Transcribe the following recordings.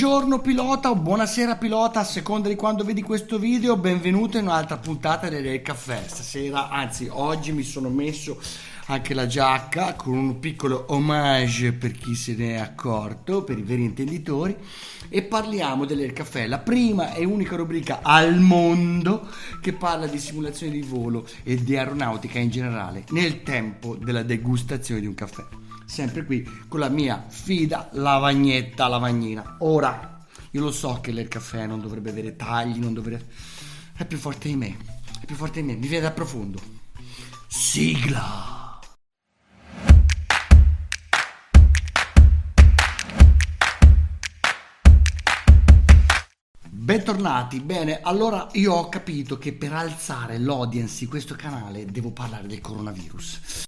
Buongiorno pilota o buonasera pilota, a seconda di quando vedi questo video. Benvenuto in un'altra puntata del caffè. Stasera, anzi oggi, mi sono messo anche la giacca con un piccolo homage per chi se ne è accorto, per i veri intenditori, e parliamo del caffè, la prima e unica rubrica al mondo che parla di simulazioni di volo e di aeronautica in generale nel tempo della degustazione di un caffè. Sempre qui con la mia fida lavagnina. Ora, io lo so che il caffè non dovrebbe avere tagli, non dovrebbe... È più forte di me, mi viene da profondo. Sigla! Bentornati. Bene, allora io ho capito che per alzare l'audience di questo canale devo parlare del coronavirus.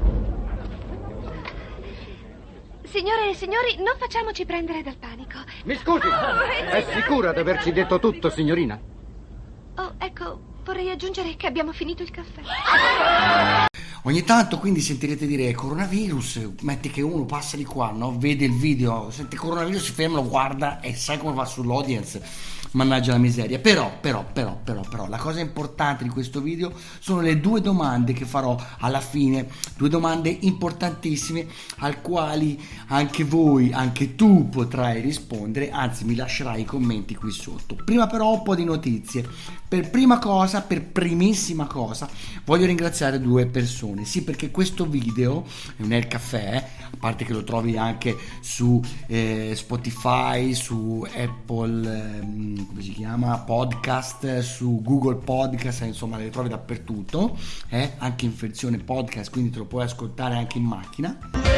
Signore e signori, non facciamoci prendere dal panico. Mi scusi, è sicura di averci detto tutto, signorina? Oh, ecco, vorrei aggiungere che abbiamo finito il caffè. Ogni tanto quindi sentirete dire coronavirus, metti che uno passa di qua, no? Vede il video, sente coronavirus, si ferma, lo guarda e sai come va sull'audience. Mannaggia la miseria. Però la cosa importante di questo video sono le due domande che farò alla fine, due domande importantissime al quali anche voi, anche tu potrai rispondere, anzi mi lascerai i commenti qui sotto. Prima però un po' di notizie. Per primissima cosa voglio ringraziare due persone. Sì, perché questo video non è il caffè, a parte che lo trovi anche su Spotify, su Apple come si chiama, podcast, su Google Podcast, insomma le trovi dappertutto, anche in versione podcast, quindi te lo puoi ascoltare anche in macchina.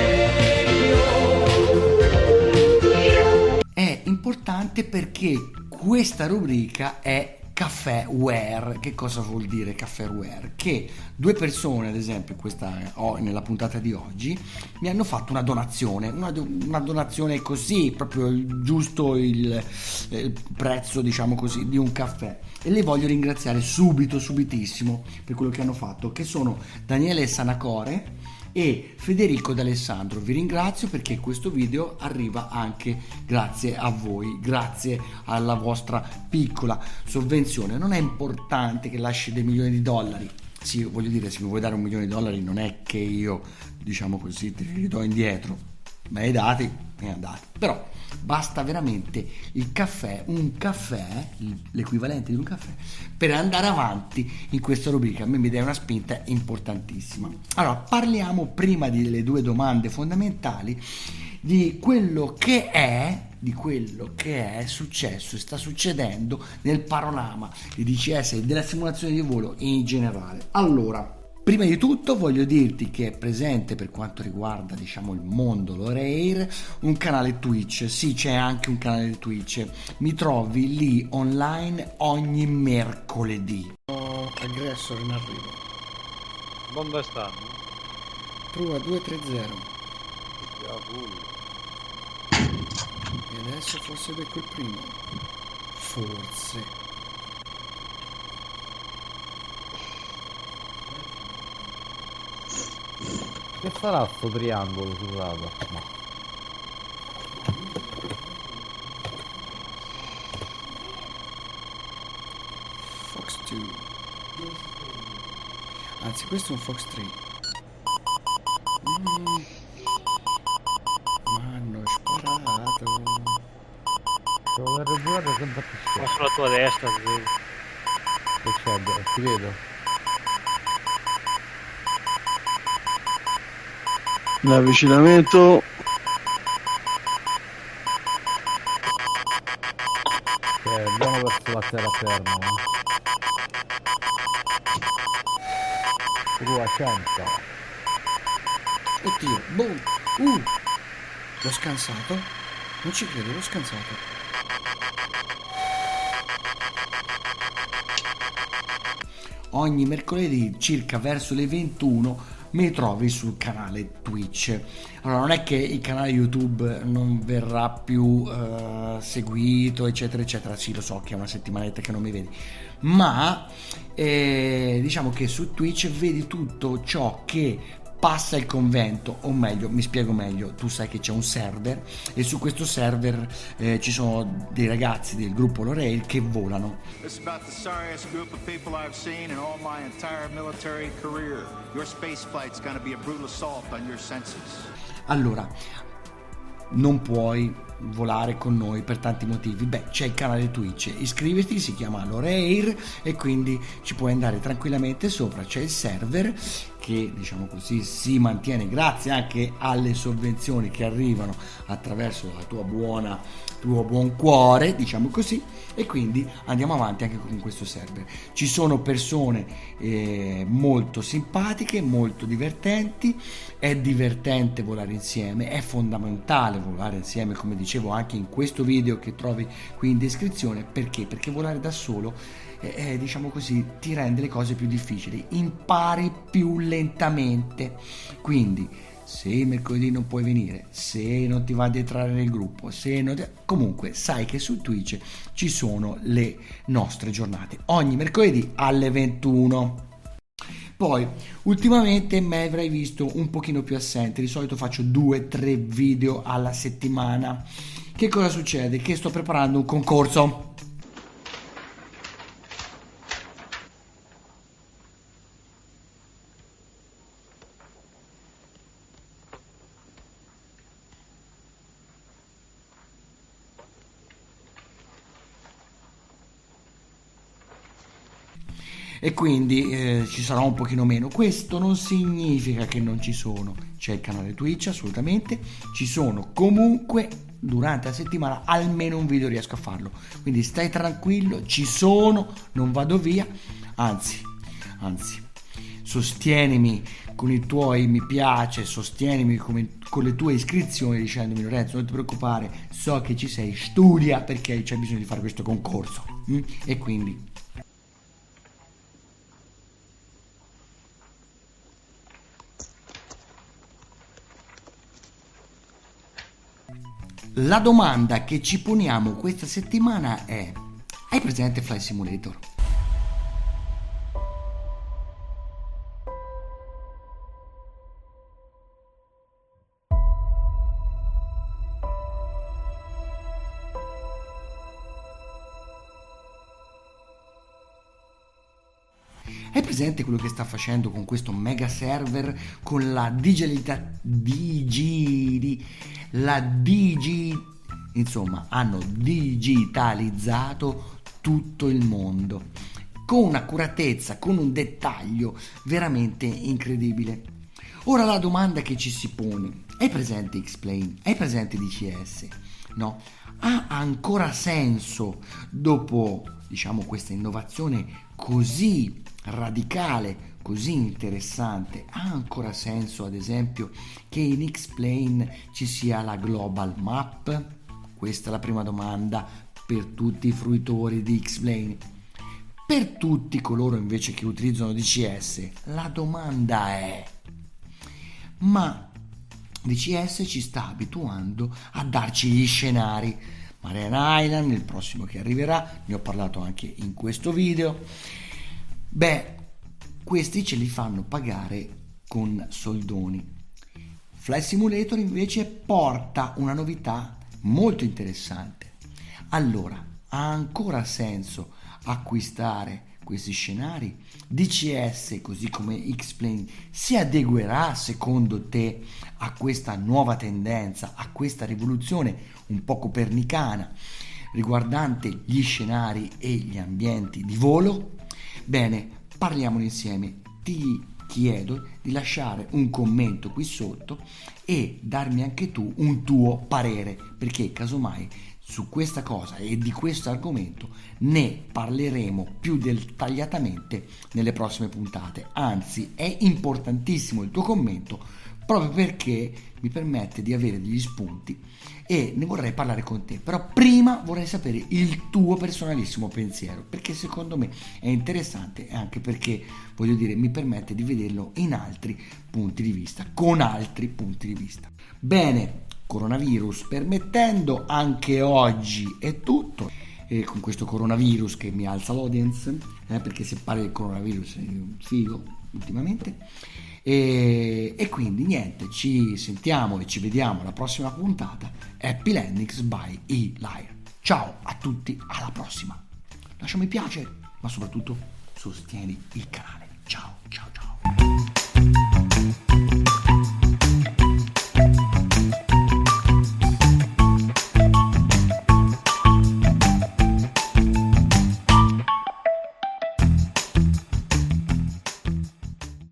È importante perché questa rubrica è caffèware. Che cosa vuol dire caffèware? Che due persone, ad esempio nella puntata di oggi, mi hanno fatto una donazione, una donazione così, proprio il prezzo, diciamo così, di un caffè, e le voglio ringraziare subitissimo per quello che hanno fatto, che sono Daniele Sanacore e Federico D'Alessandro. Vi ringrazio perché questo video arriva anche grazie a voi, grazie alla vostra piccola sovvenzione. Non è importante che lasci dei milioni di dollari. Sì, voglio dire, se mi vuoi dare $1 milione non è che io, diciamo così, te li do indietro, ma i dati e andati. Però basta veramente un caffè, l'equivalente di un caffè, per andare avanti in questa rubrica. A me mi dà una spinta importantissima. Allora, parliamo prima delle due domande fondamentali di quello che è successo e sta succedendo nel panorama di DCS e della simulazione di volo in generale. Allora, prima di tutto voglio dirti che è presente, per quanto riguarda, diciamo, il mondo Lorair, un canale Twitch. Sì, c'è anche un canale Twitch. Mi trovi lì online ogni mercoledì. Aggressor in arrivo. Dove stanno? Prova 230. E adesso forse becco il primo. Forse. Che sarà sto triangolo sul radar? No. Fox 2. Anzi, questo è un Fox 3. M'hanno sparato. Devo aver girato sempre più Ma sopra. sulla tua destra, sì. Che c'è? Ti vedo. L'avvicinamento. Andiamo verso la terraferma. A 100. Oddio, boom. L'ho scansato? Non ci credo, l'ho scansato. Ogni mercoledì circa verso le 21 mi trovi sul canale Twitch. Allora, non è che il canale YouTube non verrà più seguito, eccetera eccetera. Sì, lo so che è una settimanetta che non mi vedi, ma diciamo che su Twitch vedi tutto ciò che passa il convento, o meglio, mi spiego meglio, tu sai che c'è un server e su questo server ci sono dei ragazzi del gruppo L'Oreal che volano. This is about the sorriest group of people I've seen in all my entire military career. Your space flight's gonna be a brutal assault on your senses. Allora, non puoi volare con noi per tanti motivi. Beh, c'è il canale Twitch, iscriviti, si chiama L'Oreal e quindi ci puoi andare tranquillamente sopra, c'è il server che, diciamo così, si mantiene grazie anche alle sovvenzioni che arrivano attraverso la tuo buon cuore, diciamo così, e quindi andiamo avanti anche con questo server. Ci sono persone molto simpatiche, molto divertenti, è divertente volare insieme, è fondamentale volare insieme, come dicevo anche in questo video che trovi qui in descrizione. Perché? Perché volare da solo diciamo così, ti rende le cose più difficili, impari più lentamente. Quindi se il mercoledì non puoi venire, se non ti va di entrare nel gruppo, comunque sai che su Twitch ci sono le nostre giornate ogni mercoledì alle 21. Poi ultimamente mi avrai visto un pochino più assente, di solito faccio 2-3 video alla settimana. Che cosa succede? Che sto preparando un concorso. E quindi ci sarà un pochino meno. Questo non significa che non ci sono, c'è il canale Twitch assolutamente, ci sono comunque durante la settimana, almeno un video riesco a farlo, quindi stai tranquillo, ci sono, non vado via, anzi sostienimi con i tuoi mi piace, sostienimi con le tue iscrizioni dicendomi: Lorenzo, non ti preoccupare, so che ci sei, studia perché c'è bisogno di fare questo concorso. E quindi la domanda che ci poniamo questa settimana è: hai presente Flight Simulator? Hai presente quello che sta facendo con questo mega server, con la insomma, hanno digitalizzato tutto il mondo con un'accuratezza, con un dettaglio veramente incredibile. Ora la domanda che ci si pone: hai presente X-Plane? Hai presente DCS? No? Ha ancora senso dopo, diciamo, questa innovazione così radicale, così interessante? Ha ancora senso, ad esempio, che in X-Plane ci sia la global map? Questa è la prima domanda per tutti i fruitori di X-Plane. Per tutti coloro invece che utilizzano DCS, la domanda è: ma DCS ci sta abituando a darci gli scenari. Mariana Island, il prossimo che arriverà, ne ho parlato anche in questo video. Beh, questi ce li fanno pagare con soldoni. Flight Simulator invece porta una novità molto interessante. Allora, ha ancora senso acquistare questi scenari? DCS, così come X-Plane, si adeguerà secondo te a questa nuova tendenza, a questa rivoluzione un po' copernicana riguardante gli scenari e gli ambienti di volo? Bene, parliamone insieme. Ti chiedo di lasciare un commento qui sotto e darmi anche tu un tuo parere, perché casomai su questa cosa e di questo argomento ne parleremo più dettagliatamente nelle prossime puntate. Anzi, è importantissimo il tuo commento proprio perché mi permette di avere degli spunti e ne vorrei parlare con te. Però prima vorrei sapere il tuo personalissimo pensiero, perché secondo me è interessante e anche perché, voglio dire, mi permette di vederlo in altri punti di vista, con altri punti di vista. Bene, coronavirus permettendo, anche oggi è tutto. E con questo coronavirus che mi alza l'audience, perché se parli del coronavirus è un figo ultimamente. E quindi niente, ci sentiamo e ci vediamo alla prossima puntata. Happy Landings by E-Liar. Ciao a tutti, alla prossima. Lascia mi piace, ma soprattutto sostieni il canale. Ciao ciao ciao.